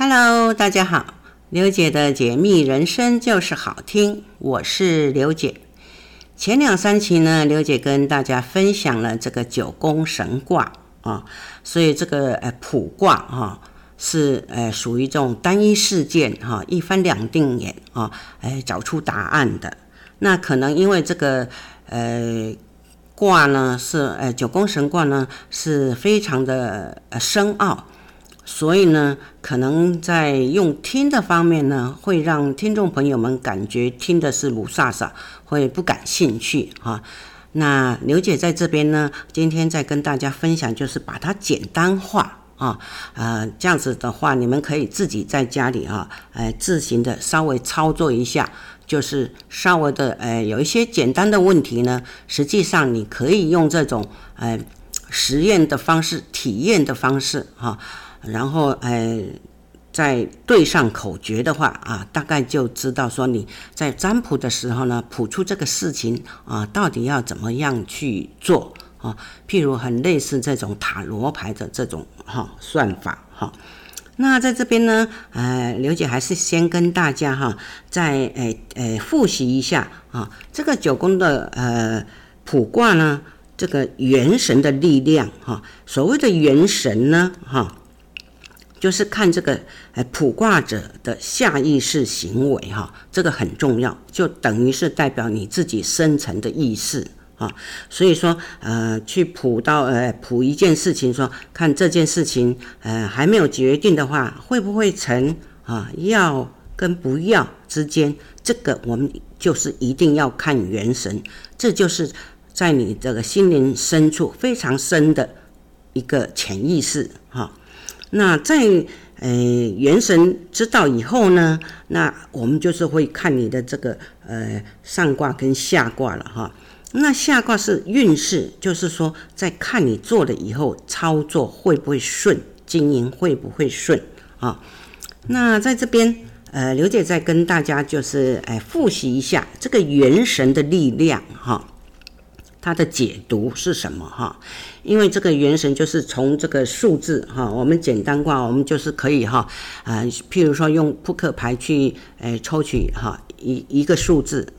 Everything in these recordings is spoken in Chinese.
Hello， 大家好，刘姐的解密人生就是好听，我是刘姐。前2、3期呢，刘姐跟大家分享了这个九宫神卦啊，所以这个卜卦是属于这种单一事件一翻两定眼找出答案的。那可能因为这个卦呢是九宫神卦呢是非常的深奥。所以呢，可能在用听的方面呢，会让听众朋友们感觉听的是鲁萨萨，会不感兴趣哈。那刘姐在这边呢，今天再跟大家分享，就是把它简单化这样子的话，你们可以自己在家里自行的稍微操作一下，就是稍微的有一些简单的问题呢，实际上你可以用这种实验的方式、体验的方式然后再对上口诀的话大概就知道说你在占卜的时候呢，卜出这个事情到底要怎么样去做譬如很类似这种塔罗牌的这种算法那在这边呢刘姐还是先跟大家再复习一下这个九宫的卜卦呢，这个元神的力量所谓的元神呢就是看这个卜卦者的下意识行为这个很重要，就等于是代表你自己深层的意识所以说去卜一件事情，说看这件事情还没有决定的话会不会成要跟不要之间，这个我们就是一定要看元神，这就是在你这个心灵深处非常深的一个潜意识那在元神知道以后呢，那我们就是会看你的这个上卦跟下卦了那下卦是运势，就是说在看你做了以后操作会不会顺，经营会不会顺那在这边刘姐再跟大家就是复习一下这个元神的力量它的解读是什么因为这个元神就是从这个数字我们简单卦我们就是可以譬如说用扑克牌去抽取一个数字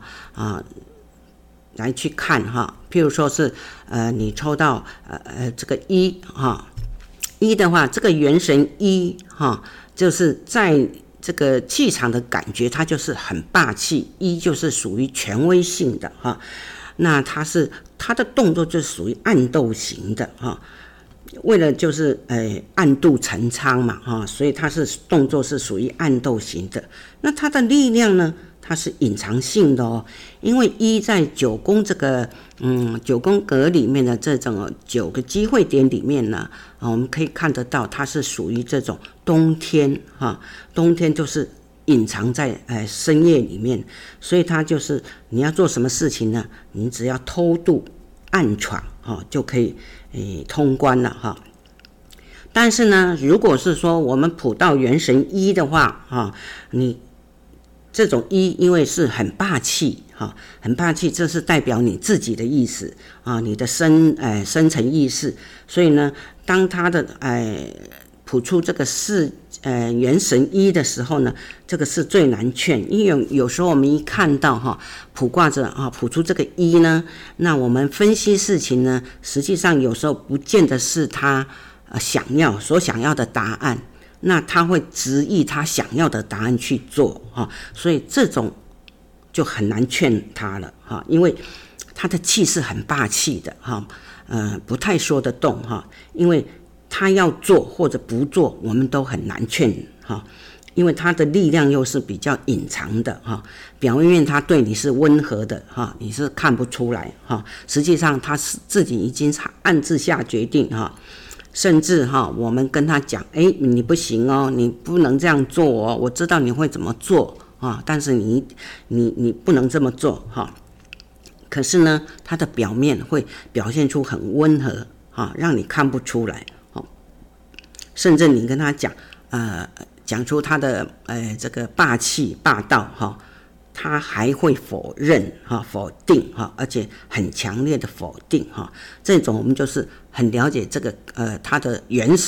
来去看譬如说是你抽到这个一的话，这个元神一就是在这个气场的感觉它就是很霸气，一就是属于权威性的那他的动作就是属于暗斗型的为了就是暗度陈仓嘛所以他是动作是属于暗斗型的。那他的力量呢，它是隐藏性的因为一在九宫这个九宫格里面的这种9个机会点里面呢我们可以看得到它是属于这种冬天冬天就是隐藏在深夜里面，所以它就是你要做什么事情呢，你只要偷渡暗闯就可以通关了但是呢，如果是说我们卜到元神一的话你这种一因为是很霸气很霸气，这是代表你自己的意思你的深层意识，所以呢当他的卜出这个元神一的时候呢，这个是最难劝，因为有时候我们一看到卜卦者卜出这个一呢，那我们分析事情呢，实际上有时候不见得是他所想要的答案，那他会执意他想要的答案去做所以这种就很难劝他了因为他的气是很霸气的不太说得动因为他要做或者不做我们都很难劝因为他的力量又是比较隐藏的表面他对你是温和的你是看不出来实际上他是自己已经暗自下决定甚至我们跟他讲你不行你不能这样做我知道你会怎么做但是你不能这么做可是呢他的表面会表现出很温和让你看不出来甚至你跟他讲出他的这个霸气霸道他还会否认否定而且很强烈的否定这种我们就是很了解这个他的元神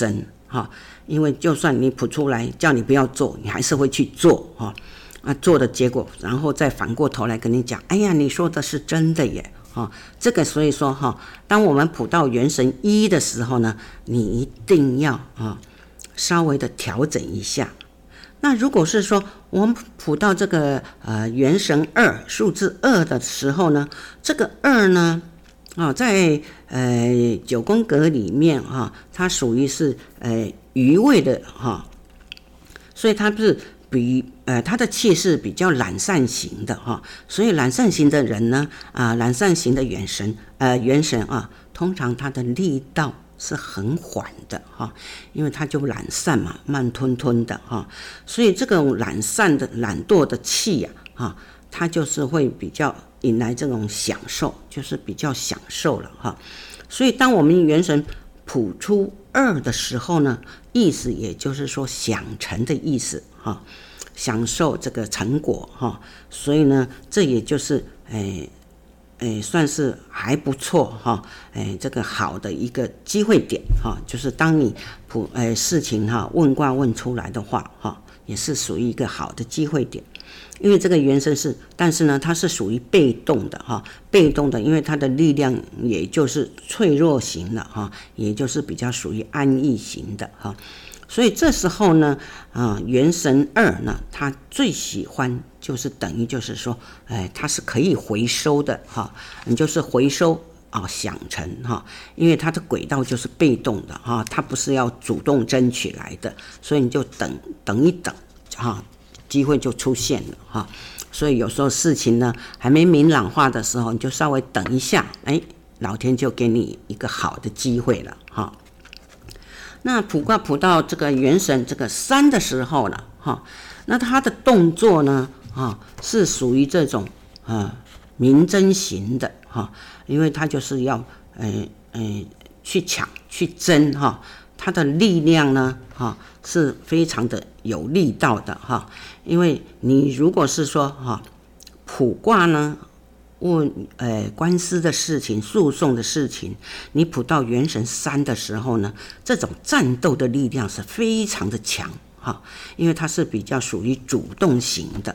哈，因为就算你谱出来叫你不要做，你还是会去做哈。做的结果，然后再反过头来跟你讲，哎呀，你说的是真的耶，这个所以说哈，当我们谱到元神一的时候呢，你一定要稍微的调整一下。那如果是说我们谱到这个元神二数字2的时候呢，这个2呢在九宫格里面它属于是余位的所以它是他的气是比较懒散型的所以懒散型的人呢懒散型的元神通常他的力道是很缓的因为他就懒散嘛，慢吞吞的所以这种懒散的懒惰的气它就是会比较引来这种享受，就是比较享受了所以当我们元神谱出2的时候呢，意思也就是说享成的意思享受这个成果所以呢，这也就是算是还不错这个好的一个机会点就是当你事情问卦问出来的话也是属于一个好的机会点。因为这个元神是，但是呢，它是属于被动的被动的，因为它的力量也就是脆弱型的也就是比较属于安逸型的所以这时候呢元神2呢，它最喜欢就是等于就是说它是可以回收的你就是回收想成因为它的轨道就是被动的它不是要主动争取来的，所以你就等一等机会就出现了所以有时候事情呢还没明朗化的时候，你就稍微等一下，老天就给你一个好的机会了那卜卦卜到这个元神这个3的时候了那他的动作呢是属于这种明争型的因为他就是要去抢去争他的力量呢是非常的有力道的因为你如果是说卜卦呢问官司的事情诉讼的事情，你卜到元神3的时候呢，这种战斗的力量是非常的强因为它是比较属于主动型的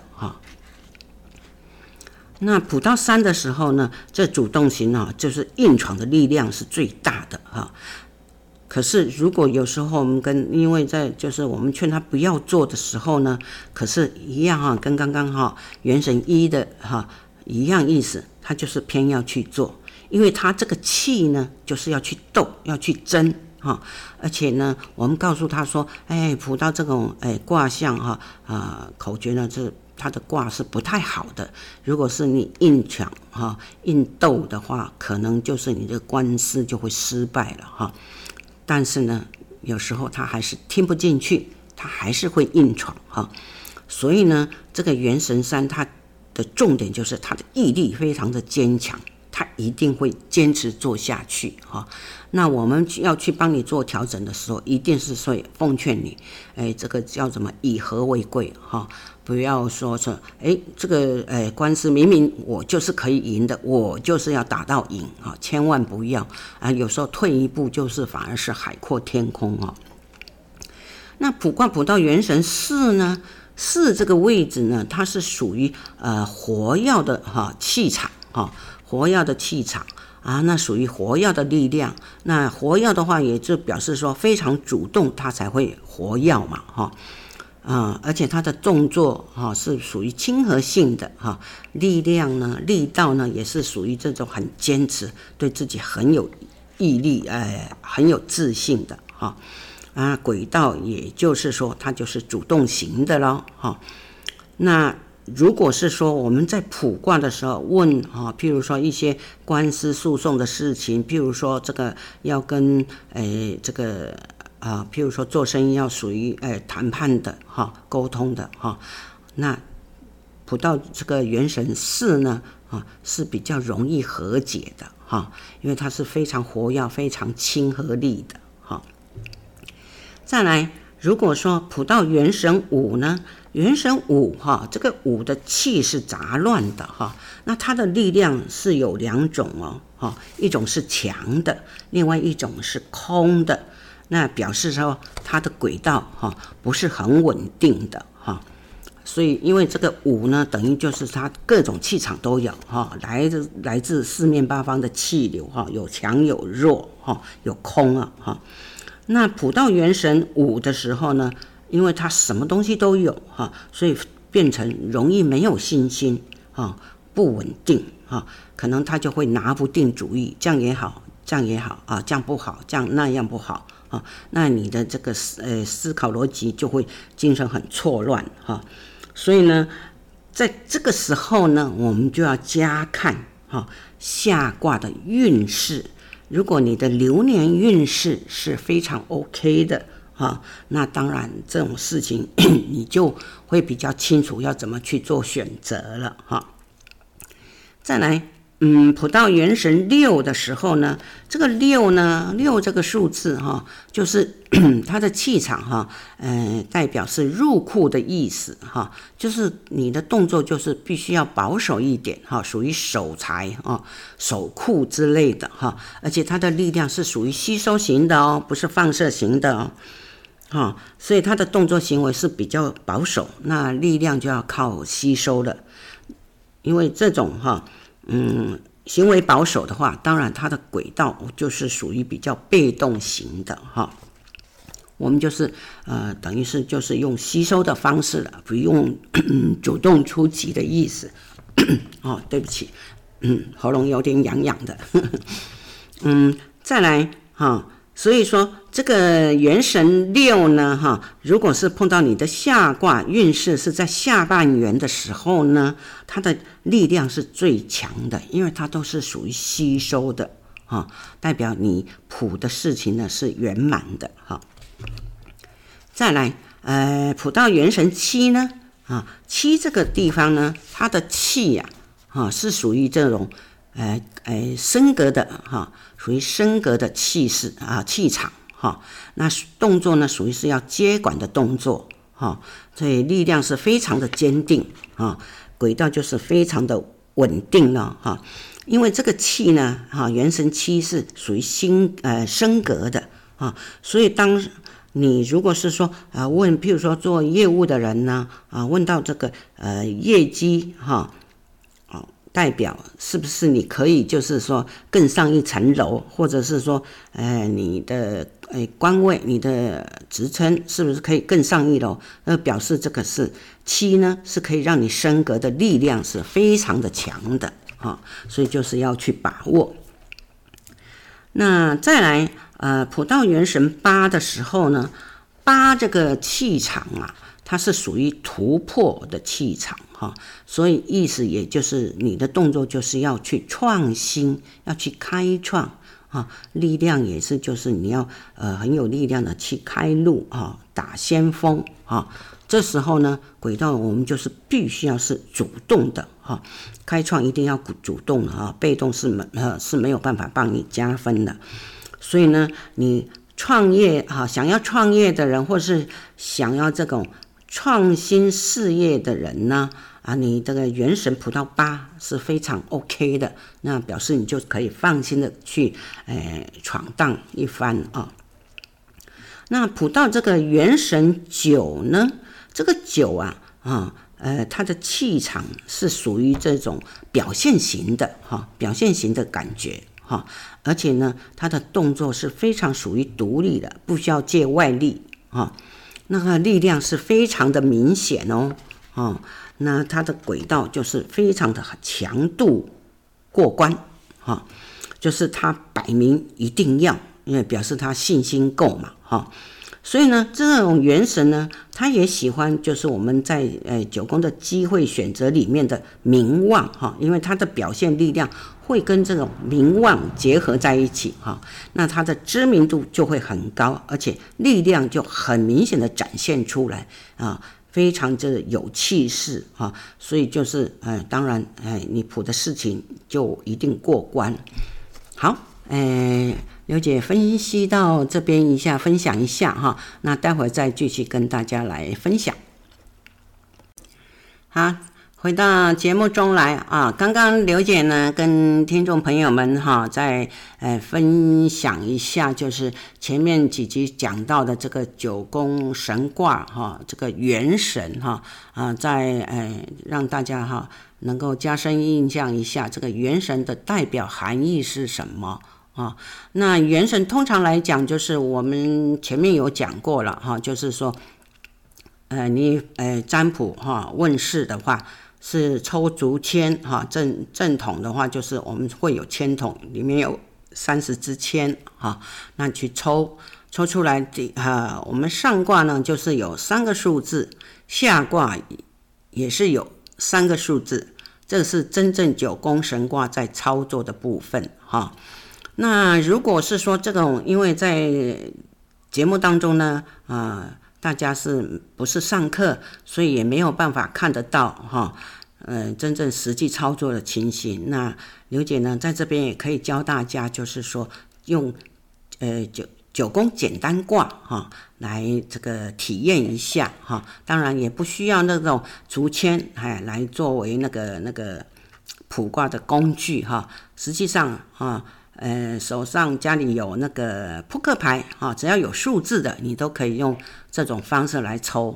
那卜到3的时候呢，这主动型就是硬闯的力量是最大的可是如果有时候我们因为在就是我们劝他不要做的时候呢，可是一样跟刚刚元神1的一样意思，他就是偏要去做，因为他这个气呢就是要去斗要去争而且呢我们告诉他说卜到这种卦象口诀呢是他的卦是不太好的，如果是你硬抢硬斗的话，可能就是你的官司就会失败了但是呢有时候他还是听不进去，他还是会硬闯所以呢这个元神3他的重点就是他的毅力非常的坚强，他一定会坚持做下去那我们要去帮你做调整的时候，一定是会奉劝你这个叫什么以和为贵不要说这个官司明明我就是可以赢的，我就是要打到赢千万不要有时候退一步就是反而是海阔天空那卜卦卜到元神4呢，4这个位置呢，它是属于活跃的气场活跃的气场那属于活跃的力量。那活跃的话，也就表示说非常主动，它才会活跃嘛而且它的动作是属于亲和性的力量呢力道呢也是属于这种很坚持，对自己很有毅力很有自信的轨道也就是说它就是主动型的咯那如果是说我们在卜卦的时候问譬如说一些官司诉讼的事情，譬如说这个要跟这个譬如说做生意要属于谈判的沟通的那卜到这个元神4呢是比较容易和解的因为它是非常活跃非常亲和力的再来如果说卜到元神5呢，元神5这个5的气是杂乱的那它的力量是有2种一种是强的，另外一种是空的。 那表示说它的轨道不是很稳定的所以因为这个五呢，等于就是它各种气场都有来自四面八方的气流有强有弱有空那普道元神五的时候呢，因为它什么东西都有所以变成容易没有信心不稳定可能他就会拿不定主意，这样也好，这样也好这样不好，这样那样不好那你的这个思考逻辑就会精神很错乱所以呢，在这个时候呢，我们就要加看下卦的运势。如果你的流年运势是非常 OK 的那当然这种事情你就会比较清楚要怎么去做选择了再来普道元神六的时候呢，这个六呢，六这个数字就是它的气场代表是入库的意思就是你的动作就是必须要保守一点属于守财守库之类的而且它的力量是属于吸收型的不是放射型的所以它的动作行为是比较保守，那力量就要靠吸收了。因为这种行为保守的话，当然它的轨道就是属于比较被动型的我们就是等于是就是用吸收的方式了，不用主动出击的意思对不起喉咙有点痒痒的再来所以说这个元神六呢如果是碰到你的下卦运势是在下半元的时候呢，它的力量是最强的，因为它都是属于吸收的代表你卜的事情呢是圆满的再来卜到元神七呢七这个地方呢，它的气是属于这种升格的属于升格的气势气场那动作呢属于是要接管的动作所以力量是非常的坚定轨道就是非常的稳定了因为这个气呢元神七是属于升格的所以当你如果是说问譬如说做业务的人呢问到这个业绩代表是不是你可以就是说更上一层楼，或者是说你的官位你的职称是不是可以更上一楼，表示这个是七呢是可以让你升格的力量是非常的强的所以就是要去把握。那再来普道元神八的时候呢，八这个气场它是属于突破的气场所以意思也就是你的动作就是要去创新，要去开创力量也是就是你要很有力量的去开路打先锋这时候呢轨道我们就是必须要是主动的开创一定要主动的被动是没有办法帮你加分的。所以呢你创业想要创业的人，或是想要这种创新事业的人呢你这个元神卜到八是非常 OK 的，那表示你就可以放心的去闯荡一番那卜到这个元神九呢，这个九它的气场是属于这种表现型的表现型的感觉而且呢它的动作是非常属于独立的，不需要借外力那个力量是非常的明显那它的轨道就是非常的强度过关就是它摆明一定要，因为表示他信心够嘛所以呢这种元神呢他也喜欢就是我们在九宫的机会选择里面的名望因为他的表现力量会跟这种名望结合在一起那他的知名度就会很高，而且力量就很明显的展现出来非常的有气势所以就是当然你卜的事情就一定过关。好刘姐分析到这边一下，分享一下那待会再继续跟大家来分享。好， 回到节目中来啊，刚刚刘姐呢跟听众朋友们再分享一下，就是前面几集讲到的这个九宫神卦这个元神再让大家能够加深印象一下，这个元神的代表含义是什么啊？那元神通常来讲，就是我们前面有讲过了就是说你占卜问世的话。是抽竹签正统的话就是我们会有签筒，里面有30支签那去抽出来我们上卦呢就是有3个数字，下卦也是有3个数字，这是真正九宫神卦在操作的部分那如果是说这种，因为在节目当中呢大家是不是上课，所以也没有办法看得到真正实际操作的情形。那刘姐呢在这边也可以教大家，就是说用九宫简单卦来这个体验一下当然也不需要那种竹签来作为那个卜卦的工具实际上手上家里有那个扑克牌只要有数字的，你都可以用这种方式来抽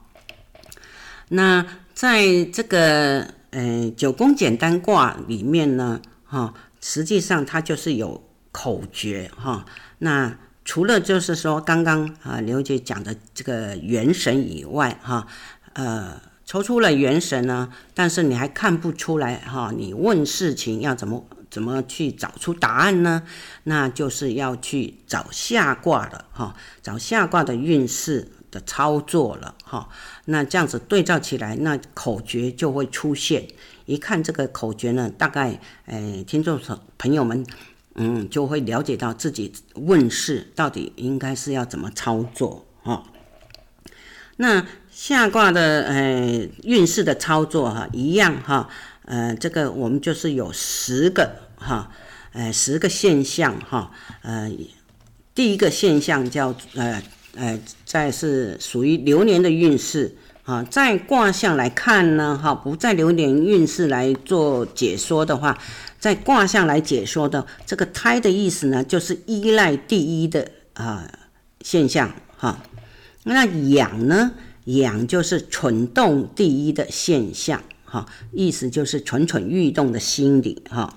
那在这个九宫简单卦里面呢实际上它就是有口诀那除了就是说刚刚刘姐讲的这个元神以外抽出了元神呢，但是你还看不出来你问事情要怎么去找出答案呢？那就是要去找下卦的找下卦的运势的操作了那这样子对照起来，那口诀就会出现。一看这个口诀呢，大概听众朋友们就会了解到自己问世到底应该是要怎么操作那下卦的运势的操作一样这个我们就是有10个10个现象第一个现象叫再是属于流年的运势在卦象来看呢不在流年运势来做解说的话，在卦象来解说的这个胎的意思呢，就是依赖第一的现象那养呢，养就是蠢动第一的现象意思就是蠢蠢欲动的心理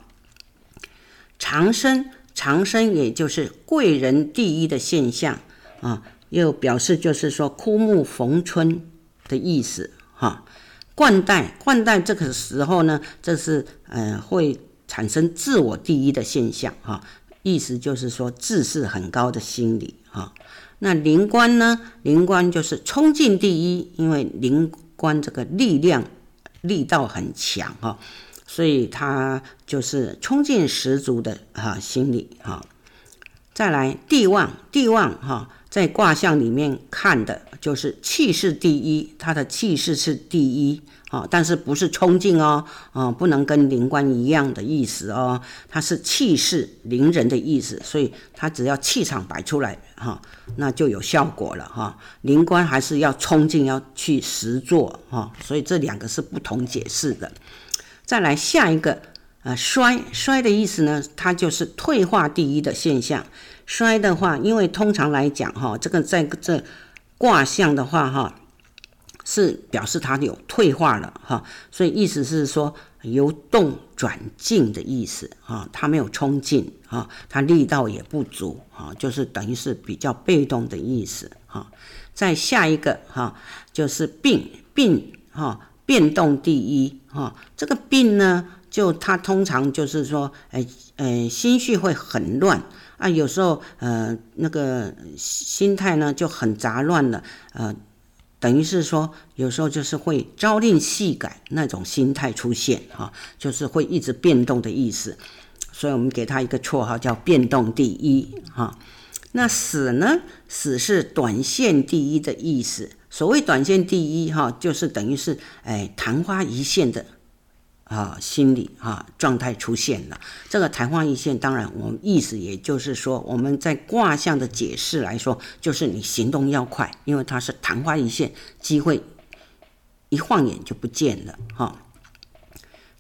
长生也就是贵人第一的现象又表示就是说枯木逢春的意思冠带这个时候呢，这是会产生自我第一的现象意思就是说自视很高的心理那灵官呢，灵官就是冲劲第一，因为灵官这个力道很强所以他就是冲劲十足的心理再来地旺在卦象里面看的就是气势第一，他的气势是第一但是不是冲劲不能跟灵官一样的意思它是气势凌人的意思，所以他只要气场摆出来那就有效果了灵官还是要冲劲，要去实做所以这2个是不同解释的。再来下一个衰的意思呢，它就是退化第一的现象。衰的话，因为通常来讲这个在这卦象的话是表示它有退化了所以意思是说由动转静的意思它没有冲劲它力道也不足就是等于是比较被动的意思再下一个就是病变动第一这个病呢，就它通常就是说心绪会很乱有时候那个心态呢就很杂乱了等于是说有时候就是会朝令夕改那种心态出现就是会一直变动的意思，所以我们给他一个绰号叫变动第一那死呢，死是短线第一的意思。所谓短线第一就是等于是昙花一现的心理状态出现了。这个昙花一现，当然我们意思也就是说，我们在卦象的解释来说，就是你行动要快，因为它是昙花一现，机会一晃眼就不见了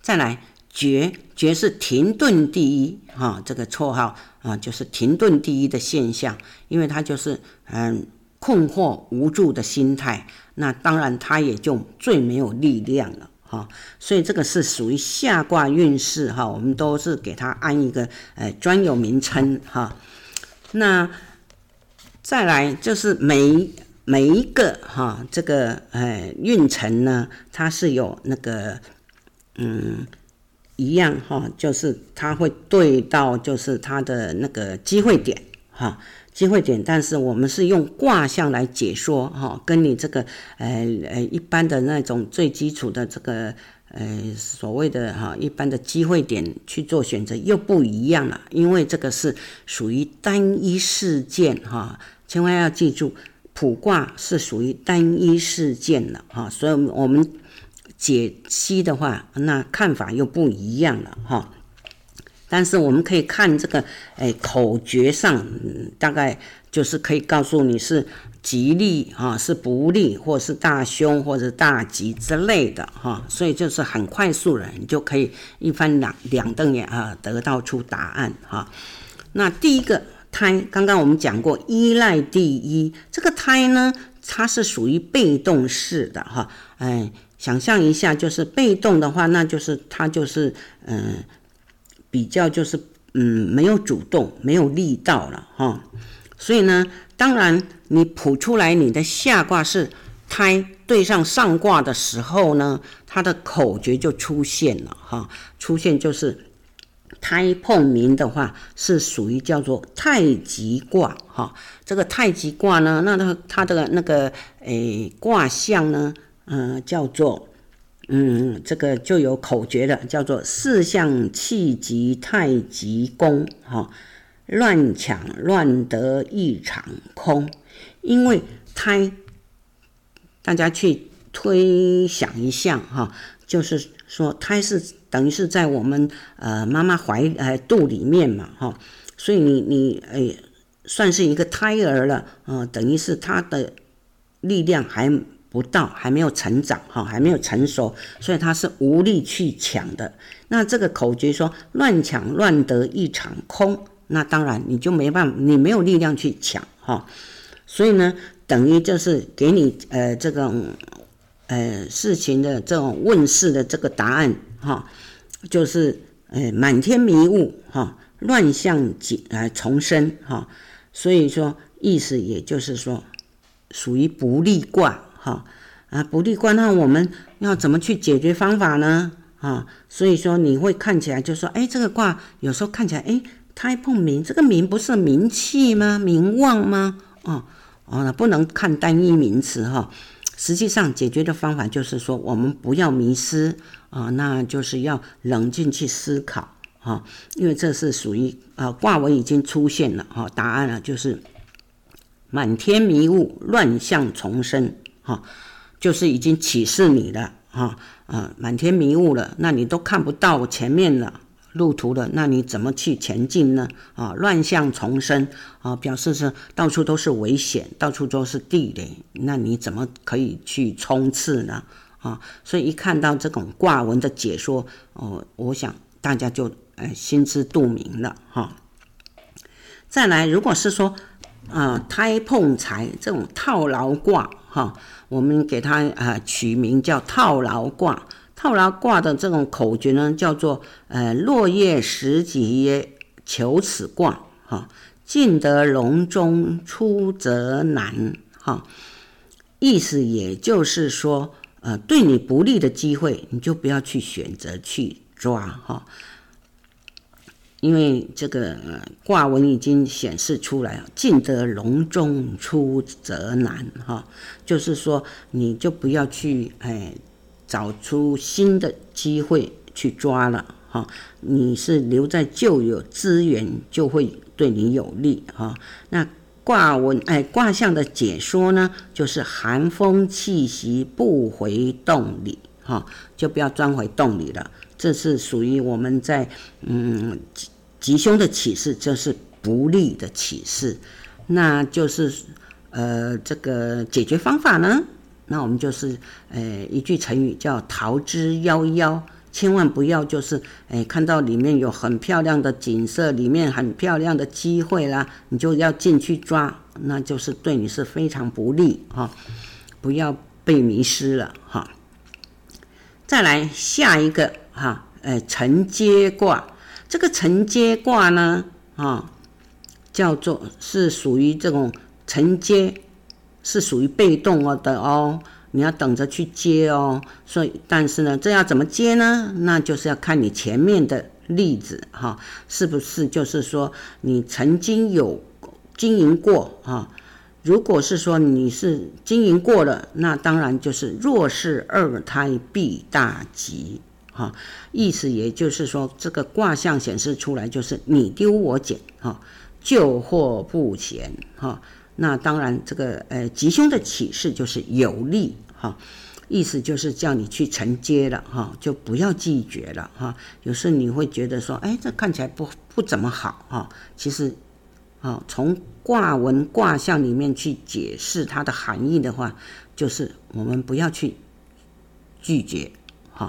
再来绝，绝是停顿第一这个绰号就是停顿第一的现象，因为它就是困惑无助的心态，那当然它也就最没有力量了所以这个是属于下卦运势我们都是给它安一个专有名称那再来就是每一个这个运程呢，它是有那个一样就是它会对到就是它的那个机会点机会点，但是我们是用卦象来解说跟你这个一般的那种最基础的这个所谓的一般的机会点去做选择又不一样了，因为这个是属于单一事件千万要记住，卜卦是属于单一事件了所以我们解析的话，那看法又不一样了但是我们可以看这个口诀上大概就是可以告诉你是吉利是不利，或是大凶或者大吉之类的所以就是很快速的，你就可以一翻两瞪眼得到出答案那第一个胎，刚刚我们讲过依赖第一，这个胎呢，它是属于被动式的想象一下，就是被动的话，那就是它就是比较就是没有主动，没有力道了所以呢，当然你卜出来你的下卦是胎对上上卦的时候呢，它的口诀就出现了出现就是胎碰冥的话是属于叫做太极卦这个太极卦呢，那它的那个卦象呢叫做这个就有口诀了，叫做四象气极太极宫乱抢乱得一场空。因为胎大家去推想一下就是说胎是等于是在我们妈妈肚里面嘛所以你算是一个胎儿了等于是他的力量还不到，还没有成长还没有成熟，所以他是无力去抢的。那这个口诀说乱抢乱得一场空，那当然你就没办法，你没有力量去抢所以呢，等于就是给你这种事情的这种问世的这个答案就是满天迷雾乱象丛生所以说意思也就是说属于不利卦不利卦，那我们要怎么去解决方法呢所以说你会看起来就说这个卦有时候看起来胎碰冥，这个冥不是名气吗？名望吗？不能看单一名词实际上解决的方法就是说我们不要迷失那就是要冷静去思考因为这是属于卦文已经出现了答案了就是满天迷雾乱象丛生就是已经启示你了满天迷雾了，那你都看不到前面了路途了，那你怎么去前进呢乱象丛生表示是到处都是危险，到处都是地雷，那你怎么可以去冲刺呢所以一看到这种卦文的解说我想大家就心知肚明了再来，如果是说胎碰财这种套牢卦我们给它取名叫套牢卦。套牢卦的这种口诀呢，叫做落叶时节耶求此卦进得笼中出则难意思也就是说对你不利的机会你就不要去选择去抓因为这个卦文已经显示出来进得笼中出则难就是说你就不要去找出新的机会去抓了你是留在旧有资源就会对你有利那卦文卦象的解说呢，就是寒风气息不回洞里就不要钻回洞里了。这是属于我们在吉凶的启示，这是不利的启示。那就是这个解决方法呢，那我们就是一句成语叫逃之夭夭。 千万不要就是看到里面有很漂亮的景色，里面很漂亮的机会啦，你就要进去抓，那就是对你是非常不利哈，不要被迷失了哈。再来下一个哈，承接卦，这个承接卦呢叫做是属于这种承接，是属于被动的哦，你要等着去接哦。所以，但是呢，这要怎么接呢？那就是要看你前面的例子哈，是不是就是说你曾经有经营过哈？如果是说你是经营过了，那当然就是若是二胎必大吉哈。意思也就是说，这个卦象显示出来就是你丢我捡哈。救祸不闲哈，那当然这个吉凶的启示就是有利哈，意思就是叫你去承接了哈，就不要拒绝了哈。有时候你会觉得说，这看起来不怎么好哈，其实从卦文卦象里面去解释它的含义的话，就是我们不要去拒绝哈。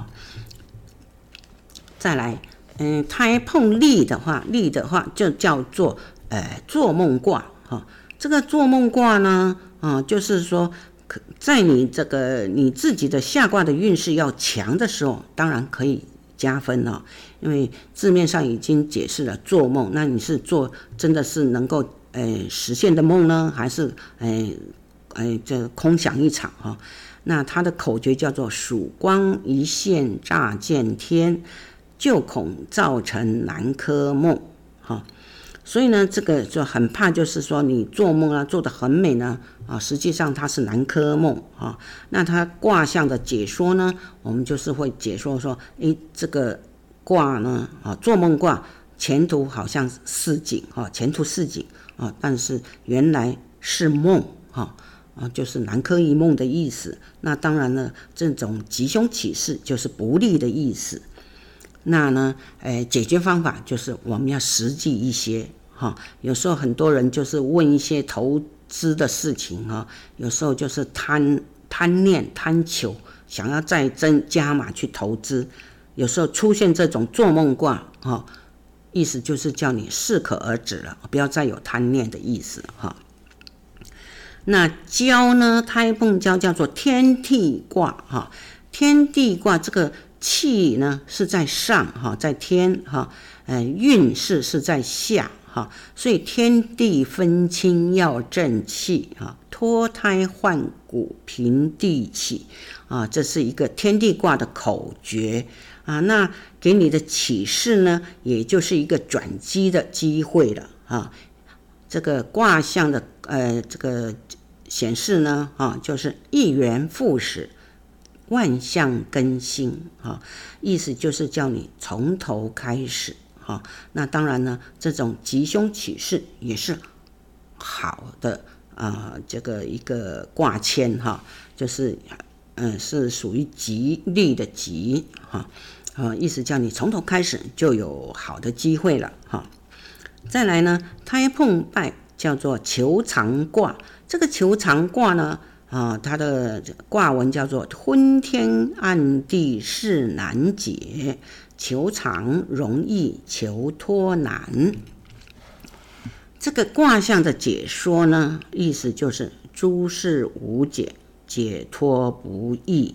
再来，胎碰利的话就叫做做梦卦哈。这个做梦卦呢就是说在你这个你自己的下卦的运势要强的时候，当然可以加分了，因为字面上已经解释了做梦，那你是做真的是能够实现的梦呢，还是这空想一场哈？那它的口诀叫做曙光一现乍见天，就恐造成南柯梦哈。所以呢，这个就很怕，就是说你做梦啊做得很美呢实际上它是南柯梦啊。那它卦象的解说呢，我们就是会解说说，这个卦呢做梦卦前途好像似锦前途似锦但是原来是梦就是南柯一梦的意思。那当然呢，这种吉凶启示就是不利的意思。那呢，解决方法就是我们要实际一些有时候很多人就是问一些投资的事情有时候就是贪念贪求，想要再加码去投资，有时候出现这种做梦卦意思就是叫你适可而止了，不要再有贪念的意思那交呢，胎碰交叫做天地卦天地卦这个气呢是在上在天运势是在下所以天地分清要正气脱胎换骨平地起这是一个天地卦的口诀那给你的启示呢，也就是一个转机的机会了这个卦象的这个显示呢就是一元复始，万象更新意思就是叫你从头开始那当然呢，这种吉凶启示也是好的这个一个卦签就是是属于吉利的吉意思叫你从头开始就有好的机会了再来呢，胎碰败叫做求长卦。这个求长卦呢它的卦文叫做昏天暗地事难解，求长容易求脱难。这个卦象的解说呢，意思就是诸事无解，解脱不易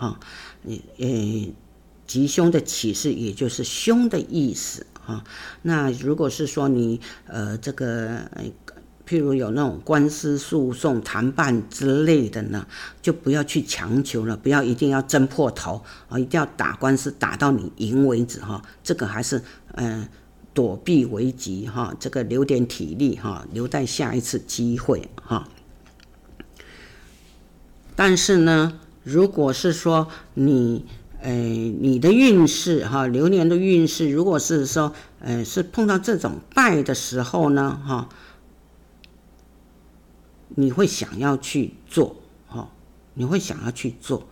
吉凶的启示也就是凶的意思那如果是说你这个譬如有那种官司诉讼谈判之类的呢，就不要去强求了，不要一定要争破头一定要打官司打到你赢为止这个还是躲避为吉这个留点体力留待下一次机会但是呢，如果是说你的运势流年的运势，如果是说是碰到这种败的时候呢你会想要去做你会想要去做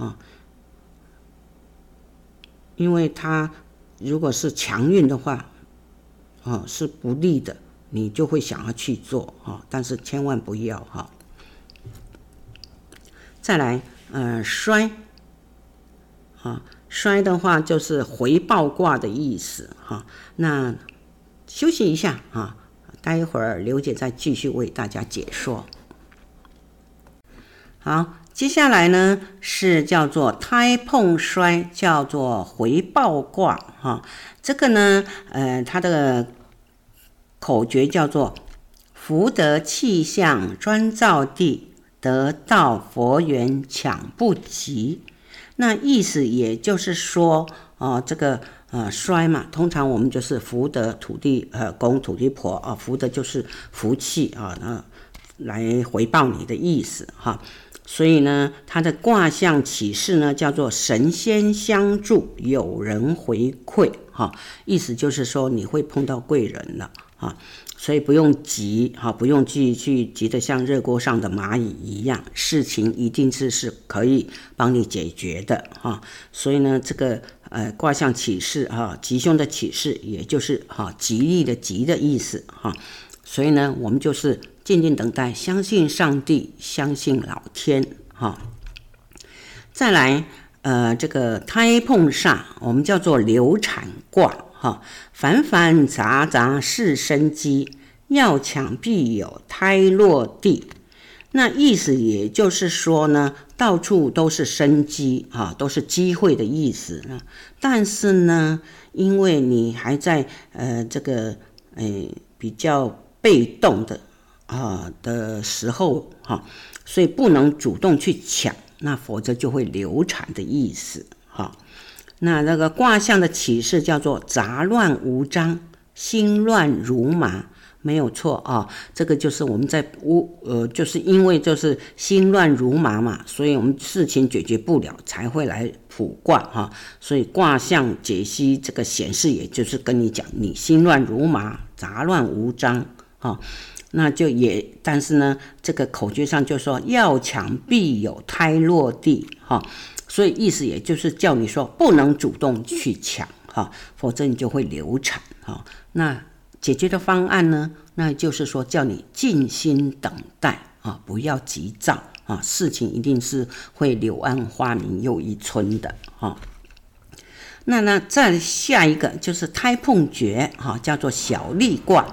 因为它如果是强运的话是不利的，你就会想要去做但是千万不要再来衰衰的话就是回报卦的意思哈。那休息一下啊，待会儿刘姐再继续为大家解说。好，接下来呢是叫做胎碰衰，叫做回报卦哈。这个呢，它的口诀叫做福德气象专造地，得道佛缘抢不及。那意思也就是说，这个衰嘛，通常我们就是福德土地公土地婆啊，福德就是福气啊，来回报你的意思哈。所以呢，它的卦象启示呢叫做神仙相助，有人回馈哈，意思就是说你会碰到贵人了啊。所以不用急哈，不用去急得像热锅上的蚂蚁一样，事情一定是可以帮你解决的哈。所以呢，这个卦象启示哈，吉凶的启示，也就是吉利的吉的意思哈。所以呢，我们就是静静等待，相信上帝，相信老天哈。再来这个胎碰煞，我们叫做流产卦哈，繁繁杂杂是生机，要抢必有胎落地。那意思也就是说呢，到处都是生机啊，都是机会的意思。但是呢，因为你还在这个比较被动的时候哈，所以不能主动去抢，那否则就会流产的意思哈。那个卦象的启示叫做杂乱无章，心乱如麻，没有错啊。这个就是我们在就是因为就是心乱如麻嘛，所以我们事情解决不了才会来卜卦哈。所以卦象解析这个显示，也就是跟你讲，你心乱如麻，杂乱无章哈。那就但是呢，这个口诀上就说要抢必有胎落地哈。所以意思也就是叫你说不能主动去抢哈，否则你就会流产哈。那解决的方案呢，那就是说叫你静心等待啊，不要急躁啊，事情一定是会柳暗花明又一村的哈。那再下一个就是胎碰诀哈，叫做小利卦。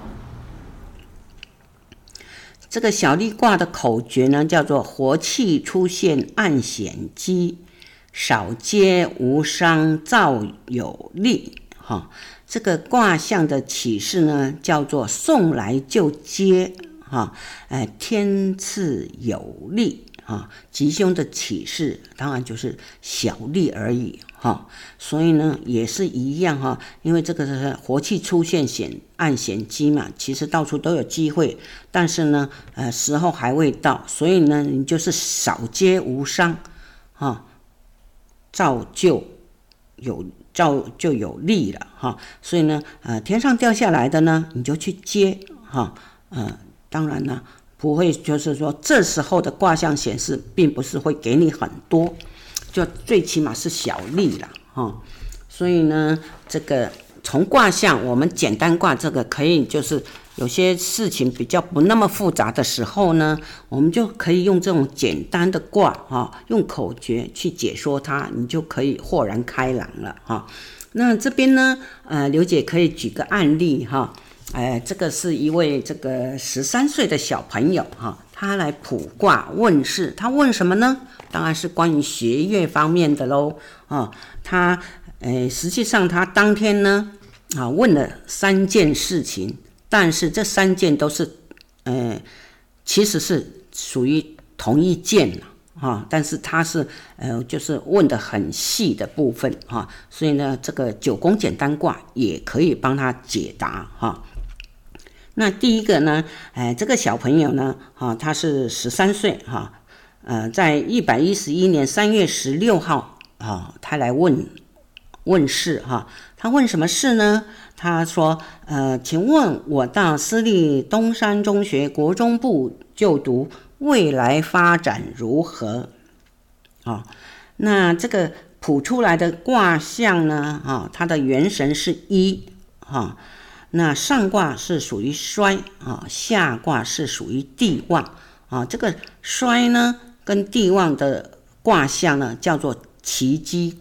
这个小利卦的口诀呢，叫做活气出现暗显机，少接无伤造有利哈。这个卦象的启示呢，叫做送来就接哈，天赐有利哈。吉凶的启示当然就是小利而已哈。所以呢，也是一样哈，因为这个是活气出现暗显机嘛，其实到处都有机会，但是呢，时候还未到，所以呢，你就是少接无伤哈。造就有利了哈。所以呢，天上掉下来的呢，你就去接哈。当然呢，不会就是说这时候的卦象显示，并不是会给你很多，就最起码是小利了哈。所以呢，这个从卦象，我们简单卦这个可以就是有些事情比较不那么复杂的时候呢，我们就可以用这种简单的卦用口诀去解说它，你就可以豁然开朗了哈。那这边呢，刘姐可以举个案例哈。这个是一位这个13岁的小朋友哈，他来卜卦问事，他问什么呢？当然是关于学业方面的喽他实际上他当天呢问了3件事情，但是这3件都是其实是属于同一件但是他是就是问的很细的部分所以呢，这个9宫简单卦也可以帮他解答那第一个呢，这个小朋友呢他是13岁在111年3月16号他来问事他问什么事呢？他说请问我到私立东山中学国中部就读，未来发展如何那这个卜出来的卦象呢它的元神是一那上卦是属于衰下卦是属于地旺这个衰呢跟地旺的卦象呢叫做奇迹卦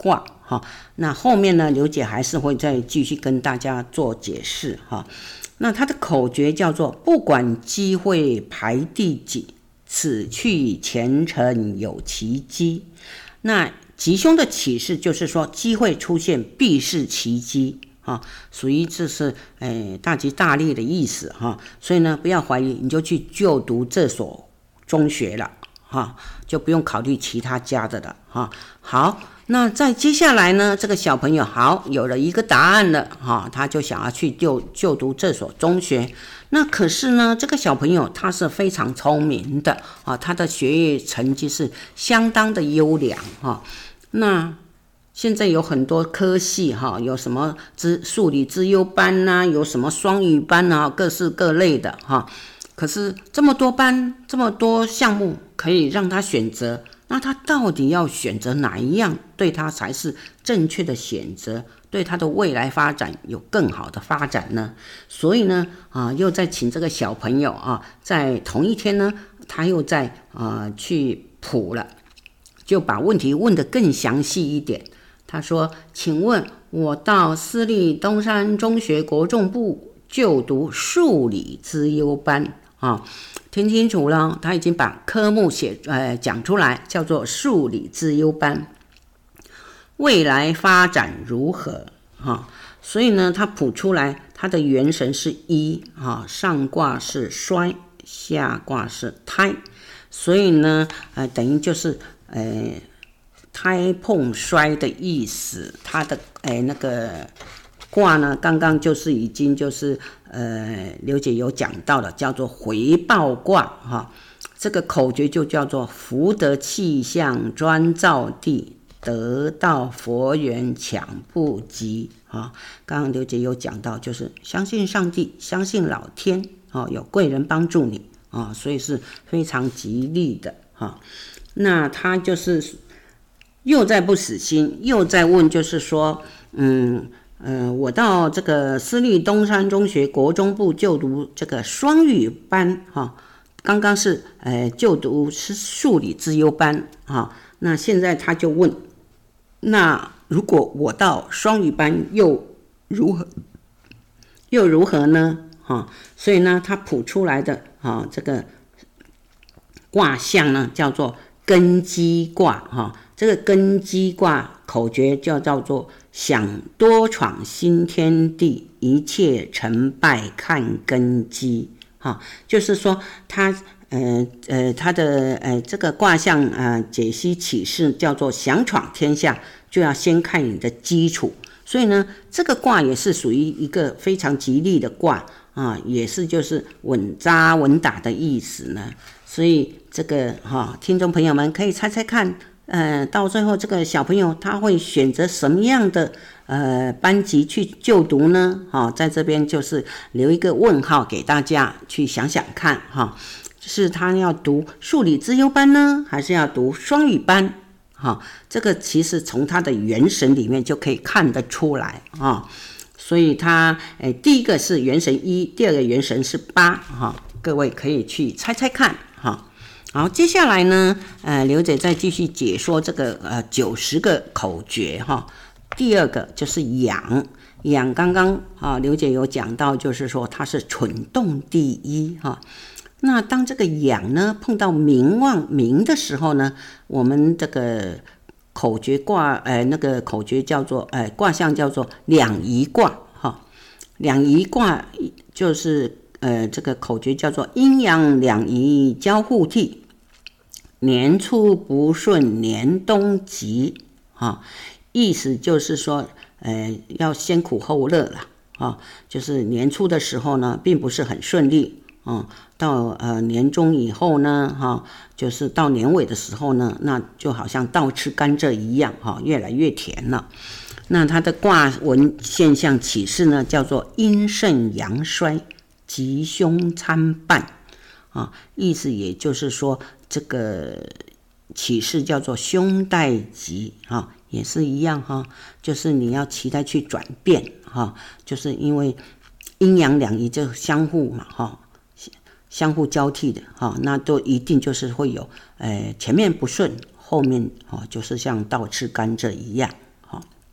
哈。那后面呢，刘姐还是会再继续跟大家做解释哈。那它的口诀叫做不管机会排第几，此去前程有奇迹。那吉凶的启示就是说，机会出现必是奇迹啊，属于这是大吉大利的意思哈。所以呢，不要怀疑，你就去就读这所中学了哈，就不用考虑其他家的了哈。好，那在接下来呢，这个小朋友好有了一个答案了哈，他就想要去就读这所中学。那可是呢，这个小朋友他是非常聪明的啊，他的学业成绩是相当的优良哈。那现在有很多科系哈，有什么数理资优班呐，有什么双语班啊，各式各类的哈。可是这么多班，这么多项目可以让他选择，那他到底要选择哪一样对他才是正确的选择，对他的未来发展有更好的发展呢？所以呢，又在请这个小朋友啊，在同一天呢，他又在去谱了，就把问题问得更详细一点。他说：“请问我到私立东山中学国中部就读数理资优班啊，听清楚了，他已经把科目讲出来，叫做数理资优班。未来发展如何？所以呢，他谱出来，他的元神是一上卦是衰，下卦是胎，所以呢，等于就是胎碰衰的意思。他的那个卦呢，刚刚就是已经就是刘姐有讲到了，叫做回报卦哈。这个口诀就叫做福德气象专造地，得道佛缘抢不及啊。刚刚刘姐有讲到，就是相信上帝，相信老天有贵人帮助你所以是非常吉利的那他就是又在不死心，又在问，就是说我到这个私立东山中学国中部就读这个双语班刚刚是就读是数理资优班那现在他就问，那如果我到双语班又如何呢所以呢，他谱出来的这个卦象呢叫做根基卦这个根基卦口诀叫做想多闯新天地，一切成败看根基就是说他的这个卦象解析启示叫做想闯天下，就要先看你的基础。所以呢，这个卦也是属于一个非常吉利的卦也是就是稳扎稳打的意思呢。所以这个听众朋友们可以猜猜看，到最后这个小朋友他会选择什么样的班级去就读呢？在这边就是留一个问号给大家去想想看是他要读数理资优班呢，还是要读双语班这个其实从他的元神里面就可以看得出来所以他第一个是元神一，第二个元神是8各位可以去猜猜看好，接下来呢刘姐再继续解说这个90个口诀第二个就是养，刚刚刘姐有讲到，就是说它是蠢动第一那当这个养呢碰到冥旺冥的时候呢，我们这个口诀卦那个口诀叫做卦象叫做两仪卦两仪卦就是这个口诀叫做阴阳两仪交互替，年初不顺年冬吉意思就是说要先苦后乐了就是年初的时候呢并不是很顺利到年中以后呢就是到年尾的时候呢，那就好像倒吃甘蔗一样越来越甜了。那它的卦文现象启示呢叫做阴盛阳衰，吉凶参半意思也就是说这个启示叫做凶带吉也是一样就是你要期待去转变就是因为阴阳两仪就相互嘛相互交替的那都一定就是会有前面不顺，后面就是像倒吃甘蔗一样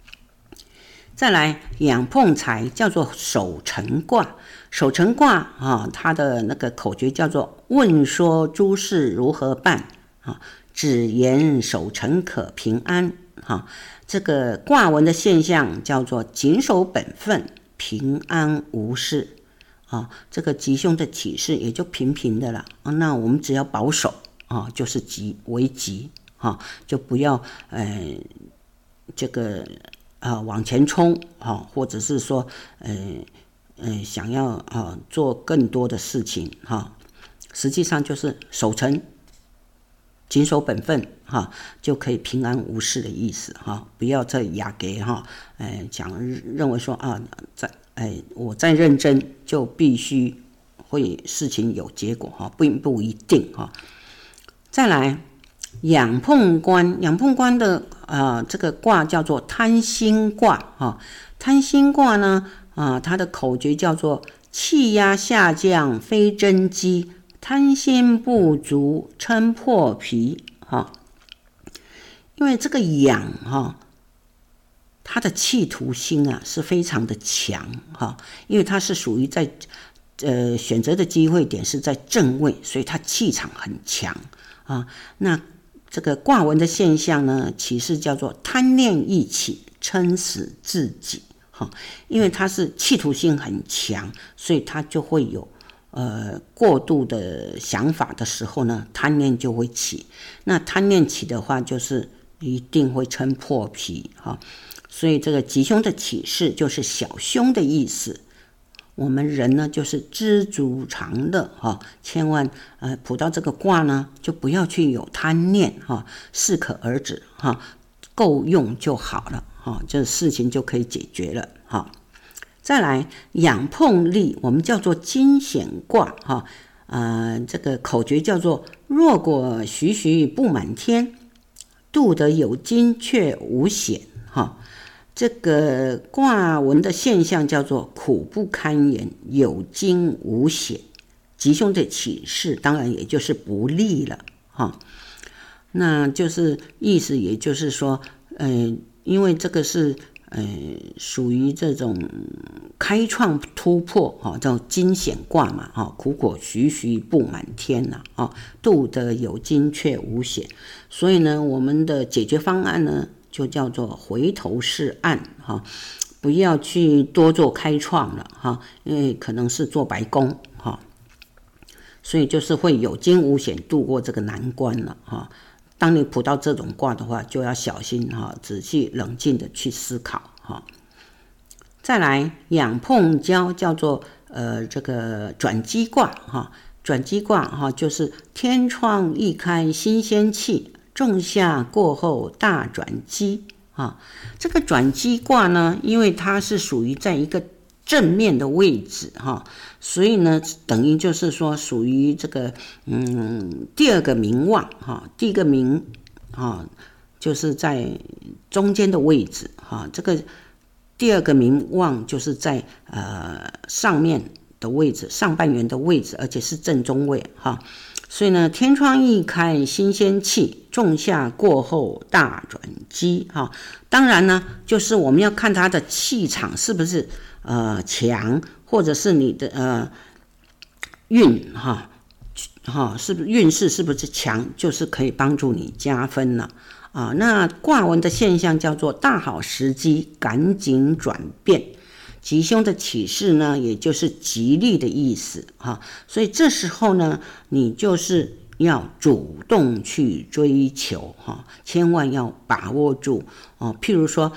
再来养碰财叫做守成卦，守成卦啊，它的那个口诀叫做问说诸事如何办啊，只言守成可平安啊。这个卦文的现象叫做谨守本分，平安无事啊。这个吉凶的启示也就平平的了啊。那我们只要保守啊，就是吉为吉啊，就不要这个往前冲啊，或者是说想要做更多的事情哈，实际上就是守成，谨守本分哈，就可以平安无事的意思哈。不要再雅给哈，认为说我再认真就必须会事情有结果哈，并不一定哈。再来养碰官，养碰官的这个卦叫做贪心卦哈。贪心卦呢它的口诀叫做气压下降非真机，贪心不足撑破皮哈。因为这个养哈，它的企图心是非常的强哈，因为它是属于在选择的机会点是在正位，所以它气场很强啊。那这个卦文的现象呢，启示叫做贪念一起，撑死自己哈。因为它是企图心很强，所以它就会有过度的想法的时候呢，贪念就会起。那贪念起的话，就是一定会撑破皮哈。所以这个吉凶的启示就是小凶的意思。我们人呢，就是知足常乐哈，千万卜到这个卦呢，就不要去有贪念哈，适可而止哈，够用就好了哈，这事情就可以解决了哈。再来养碰利，我们叫做金险卦哈，这个口诀叫做若果徐徐不满天，度得有金却无险哈。这个卦文的现象叫做苦不堪言，有惊无险。吉凶的启示当然也就是不利了哈。那就是意思也就是说因为这个是属于这种开创突破哈，叫金险卦嘛哈，苦果徐徐不满天呐啊，度得有金却无险。所以呢，我们的解决方案呢，就叫做回头是岸哈，不要去多做开创了哈，因为可能是做白工哈，所以就是会有惊无险度过这个难关了哈。当你卜到这种卦的话，就要小心哈，仔细冷静的去思考哈。再来养碰交叫做这个转机卦哈，转机卦哈就是天窗一开新鲜气，仲夏过后大转机啊。这个转机卦呢，因为它是属于在一个正面的位置哈，所以呢，等于就是说属于这个第二个名望哈，第一个名就是在中间的位置哈，这个第二个名望就是在上面的位置，上半圆的位置，而且是正中位哈。所以呢，天窗一开新鲜气，仲夏过后大转机哈。当然呢，就是我们要看它的气场是不是强，或者是你的运是不是运势是不是强，就是可以帮助你加分了啊。那卦文的现象叫做大好时机，赶紧转变。吉凶的启示呢，也就是吉利的意思哈。所以这时候呢，你就是要主动去追求哈，千万要把握住哦。譬如说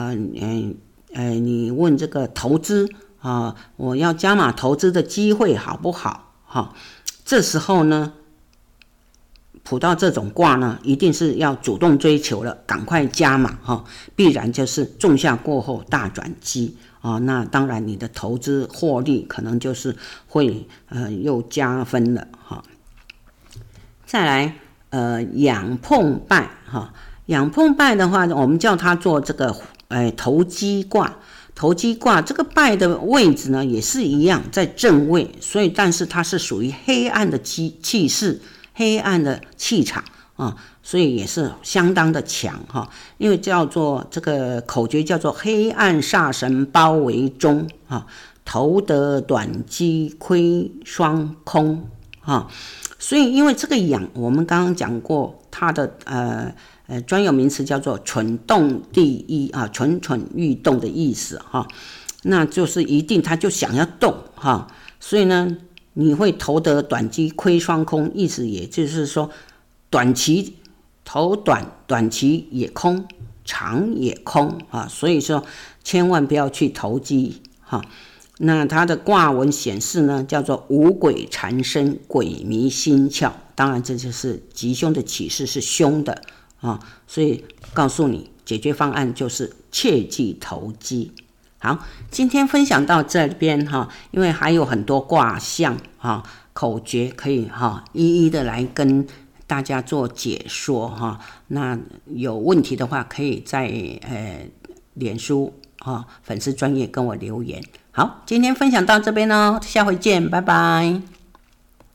你问这个投资我要加码投资的机会好不好哈？这时候呢，卜到这种卦呢，一定是要主动追求了，赶快加码哈，必然就是仲夏过后大转机那当然你的投资获利可能就是会又加分了哈。再来养碰败哈，养碰败的话，我们叫它做这个投机卦。投机卦这个败的位置呢，也是一样在正位，所以但是它是属于黑暗的气势，黑暗的气场所以也是相当的强哈。因为叫做这个口诀叫做黑暗煞神包围中头得短机亏双空所以因为这个养，我们刚刚讲过它的专有名词叫做蠢动第一蠢蠢欲动的意思那就是一定他就想要动所以呢你会头得短机亏双空，意思也就是说短期头短期也空，长也空所以说千万不要去投机那它的卦文显示呢，叫做五鬼缠身，鬼迷心窍。当然，这就是吉凶的启示，是凶的所以告诉你，解决方案就是切忌投机。好，今天分享到这边因为还有很多卦象口诀可以一一的来跟大家做解说那有问题的话，可以在脸书粉丝专页跟我留言。好，今天分享到这边下回见，拜拜。